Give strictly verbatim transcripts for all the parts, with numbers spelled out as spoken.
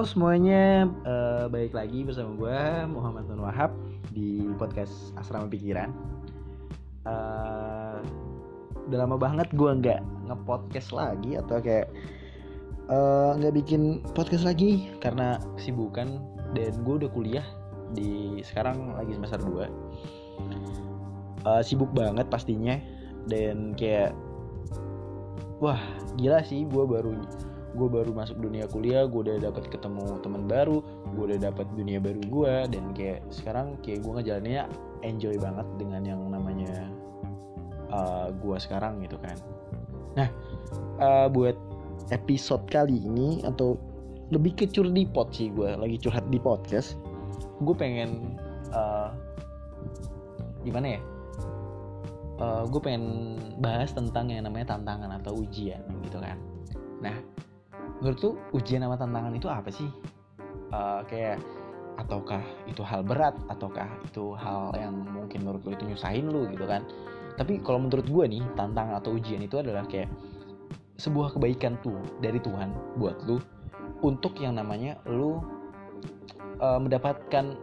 Halo semuanya, uh, balik lagi bersama gue Muhammad Nur Wahab di podcast Asrama Pikiran. uh, Udah lama banget gue nggak nge-podcast lagi atau kayak uh, nggak bikin podcast lagi karena kesibukan. Dan gue udah kuliah di sekarang lagi semester dua. uh, Sibuk banget pastinya. Dan kayak wah gila sih, gue baru gue baru masuk dunia kuliah, gue udah dapat ketemu teman baru, gue udah dapat dunia baru gue, dan kayak sekarang kayak gue ngejalaninnya enjoy banget dengan yang namanya uh, gue sekarang gitu kan. Nah, uh, buat episode kali ini atau lebih ke curhat sih, gue lagi curhat di podcast. Gue pengen uh, gimana ya? Uh, gue pengen bahas tentang yang namanya tantangan atau ujian gitu kan. Nah, menurut lu ujian sama tantangan itu apa sih? Uh, kayak ataukah itu hal berat, ataukah itu hal yang mungkin menurut lu itu nyusahin lu gitu kan? Tapi kalau menurut gue nih, tantangan atau ujian itu adalah kayak sebuah kebaikan tuh dari Tuhan buat lu untuk yang namanya lu uh, mendapatkan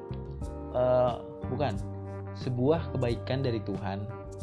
uh, bukan sebuah kebaikan dari Tuhan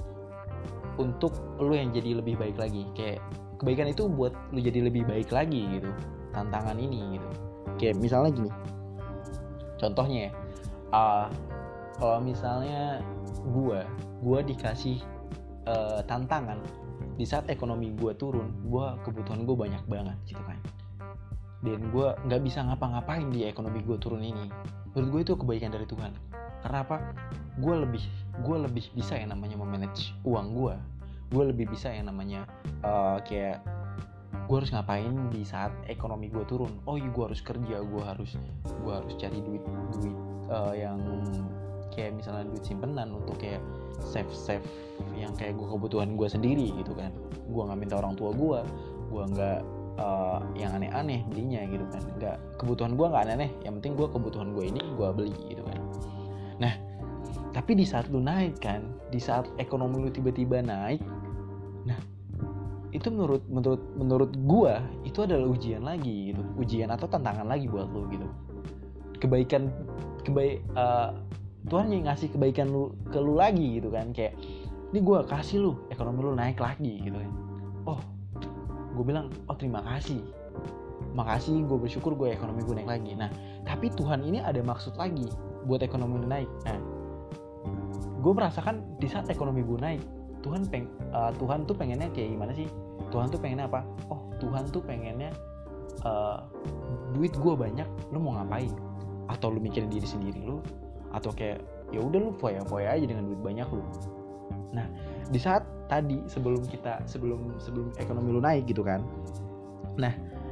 untuk lu yang jadi lebih baik lagi. Kayak kebaikan itu buat lu jadi lebih baik lagi gitu, tantangan ini gitu. Kayak misalnya gini, contohnya ya, uh, kalau misalnya gue gue dikasih uh, tantangan di saat ekonomi gue turun, gue kebutuhan gue banyak banget gitu kan, dan gue nggak bisa ngapa-ngapain di ekonomi gue turun ini. Menurut gue itu kebaikan dari Tuhan. Karena apa? Gue lebih gue lebih bisa yang namanya memanage uang gue. Gue lebih bisa yang namanya uh, kayak gue harus ngapain di saat ekonomi gue turun. Oh iya, gue harus kerja, gue harus gue harus cari duit duit uh, yang kayak misalnya duit simpenan untuk kayak save save yang kayak gue kebutuhan gue sendiri gitu kan. Gue nggak minta orang tua gue, gue nggak uh, yang aneh-aneh belinya gitu kan. Nggak, kebutuhan gue nggak aneh-aneh. Yang penting gue kebutuhan gue ini gue beli gitu kan. Nah, tapi di saat lu naik kan, di saat ekonomi lu tiba-tiba naik, nah itu menurut menurut menurut gua itu adalah ujian lagi gitu, ujian atau tantangan lagi buat lu gitu. Kebaikan kebaik uh, Tuhan yang ngasih kebaikan lu ke lu lagi gitu kan. Kayak ini gua kasih lu, ekonomi lu naik lagi gitu kan. Oh, gua bilang oh terima kasih, makasih, gue bersyukur gue ekonomi gue naik lagi. Nah, tapi Tuhan ini ada maksud lagi buat ekonomi lu naik. Nah, gue merasakan di saat ekonomi gue naik, Tuhan peng uh, Tuhan tuh pengennya kayak gimana sih? Tuhan tuh pengennya apa? Oh, Tuhan tuh pengennya uh, duit gue banyak, lu mau ngapain? Atau lu mikirin diri sendiri lu? Atau kayak ya udah lu foya-foya aja dengan duit banyak lu? Nah, di saat tadi sebelum kita sebelum sebelum ekonomi lu naik gitu kan, nah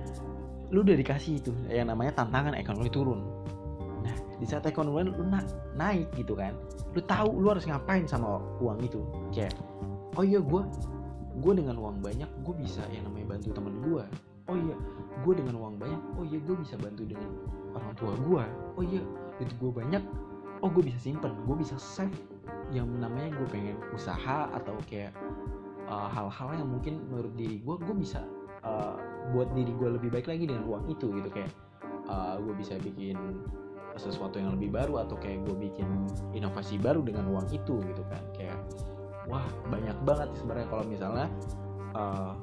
lu udah dikasih itu yang namanya tantangan ekonomi turun. Nah, di saat ekonomi lu na- naik gitu kan, lu tahu lu harus ngapain sama uang itu. Kayak oh iya, gue gue dengan uang banyak gue bisa yang namanya bantu teman gue. Oh iya, gue dengan uang banyak, oh iya gue bisa bantu dengan orang tua gue. Oh iya, duit gue banyak, oh gue bisa simpen, gue bisa save yang namanya gue pengen usaha atau kayak uh, hal-hal yang mungkin menurut diri gue gue bisa uh, buat diri gue lebih baik lagi dengan uang itu gitu. Kayak uh, gue bisa bikin sesuatu yang lebih baru atau kayak gue bikin inovasi baru dengan uang itu gitu kan. Kayak wah banyak banget sebenarnya kalau misalnya uh,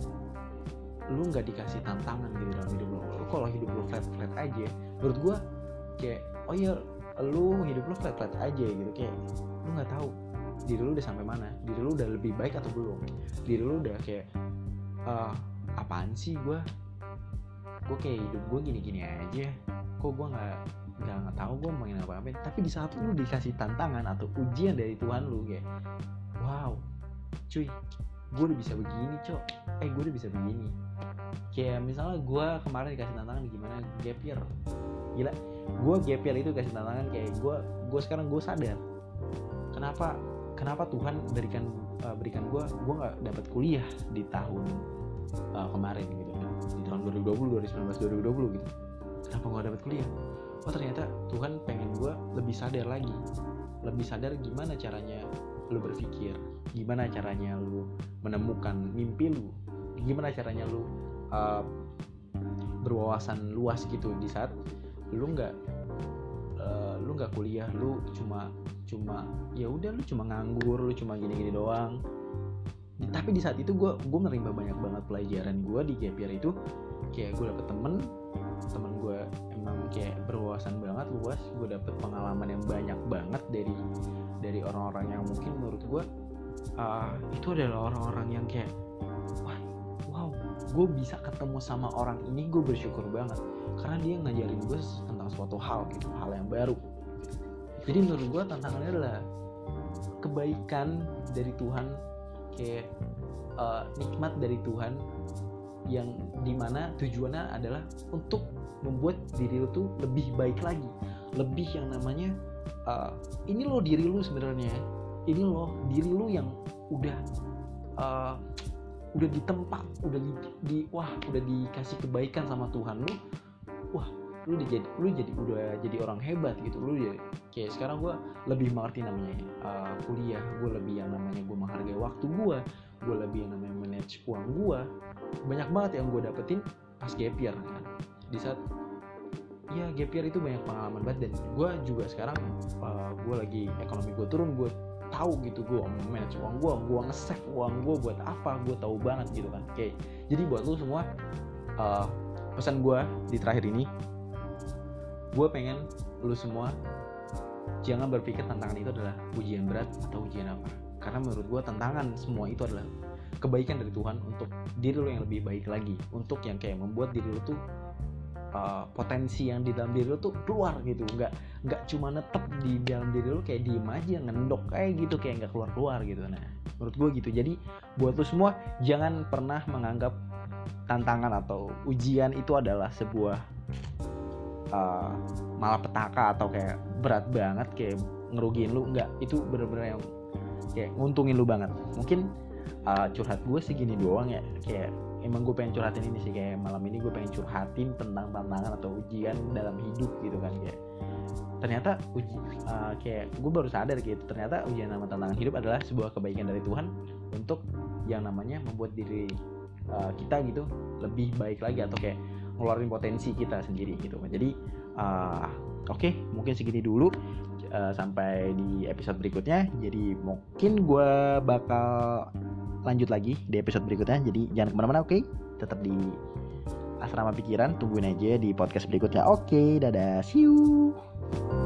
lu nggak dikasih tantangan gitu dalam hidup lu. Lu kalau hidup lu flat flat aja, menurut gue kayak oh ya lu hidup lu flat flat aja gitu. Kayak lu nggak tahu diri lu udah sampai mana, diri lu udah lebih baik atau belum, diri lu udah kayak uh, apaan sih gue gue kayak hidup gue gini-gini aja, kok gue nggak nggak nggak tahu gue mau ngapain. Tapi di saat lu dikasih tantangan atau ujian dari Tuhan lu, kayak wow cuy, gue udah bisa begini cok, eh gue udah bisa begini. Kayak misalnya gue kemarin dikasih tantangan gimana gap year, gila gue gap year itu kasih tantangan. Kayak gue gue sekarang gue sadar kenapa kenapa Tuhan berikan uh, berikan gue gue nggak dapat kuliah di tahun uh, kemarin gitu kan, di tahun dua ribu dua puluh, dua ribu sembilan belas, dua ribu dua puluh gitu. Kenapa gue dapat kuliah? Oh ternyata Tuhan pengen gue lebih sadar lagi, lebih sadar gimana caranya lu berpikir, gimana caranya lu menemukan mimpi lu, gimana caranya lu uh, berwawasan luas gitu. Di saat lu nggak uh, lu nggak kuliah, lu cuma cuma ya udah lu cuma nganggur, lu cuma gini-gini doang. Tapi di saat itu gue gue menerima banyak banget pelajaran. Gue di gap year itu kayak gue dapet temen temen gue emang kayak berwawasan banget luas. Gue dapet pengalaman yang banyak banget dari dari orang-orang yang mungkin menurut gue uh, itu adalah orang-orang yang kayak wah wow gue bisa ketemu sama orang ini, gue bersyukur banget karena dia ngajarin gue tentang suatu hal gitu, hal yang baru. Jadi menurut gue tantangannya adalah kebaikan dari Tuhan, kayak uh, nikmat dari Tuhan yang dimana tujuannya adalah untuk membuat diri lu tuh lebih baik lagi, lebih yang namanya uh, ini loh diri lu sebenarnya, ini loh diri lu yang udah uh, udah ditempa, udah di, di wah udah dikasih kebaikan sama Tuhan lu, wah lu udah jadi lu jadi udah jadi orang hebat gitu. Lu jadi kayak sekarang gue lebih mengerti namanya uh, kuliah, gue lebih yang namanya gue menghargai waktu gue, gue lebih yang namanya manage uang gue. Banyak banget yang gue dapetin pas gap year kan. Di saat ya gap year itu banyak pengalaman banget, dan gue juga sekarang uh, gue lagi ekonomi gue turun, gue tahu gitu gue manage uang gue, gue nge-save uang gue buat apa, gue tahu banget gitu kan. Kayak jadi buat lu semua uh, pesan gue di terakhir ini, gue pengen lu semua jangan berpikir tantangan itu adalah ujian berat atau ujian apa. Karena menurut gue tantangan semua itu adalah kebaikan dari Tuhan untuk diri lu yang lebih baik lagi, untuk yang kayak membuat diri lu tuh uh, potensi yang di dalam diri lu tuh keluar gitu. Nggak nggak cuma netep di dalam diri lu kayak diem aja ngendok kayak gitu, kayak nggak keluar keluar gitu. Nah menurut gue gitu. Jadi buat lu semua jangan pernah menganggap tantangan atau ujian itu adalah sebuah Uh, malapetaka atau kayak berat banget, kayak ngerugiin lu. Enggak, itu bener-bener yang kayak nguntungin lu banget. Mungkin uh, curhat gue segini doang ya, kayak emang gue pengen curhatin ini sih, kayak malam ini gue pengen curhatin tentang tantangan atau ujian dalam hidup gitu kan. Kayak ternyata uji, uh, kayak gue baru sadar gitu, ternyata ujian sama tantangan hidup adalah sebuah kebaikan dari Tuhan untuk yang namanya membuat diri uh, kita gitu lebih baik lagi, atau kayak ngeluarin potensi kita sendiri gitu. Jadi uh, oke okay, mungkin segini dulu uh, sampai di episode berikutnya. Jadi mungkin gue bakal lanjut lagi di episode berikutnya. Jadi jangan kemana-mana, oke? Okay? Tetap di Asrama Pikiran, tungguin aja di podcast berikutnya. Oke, okay, dadah, see you.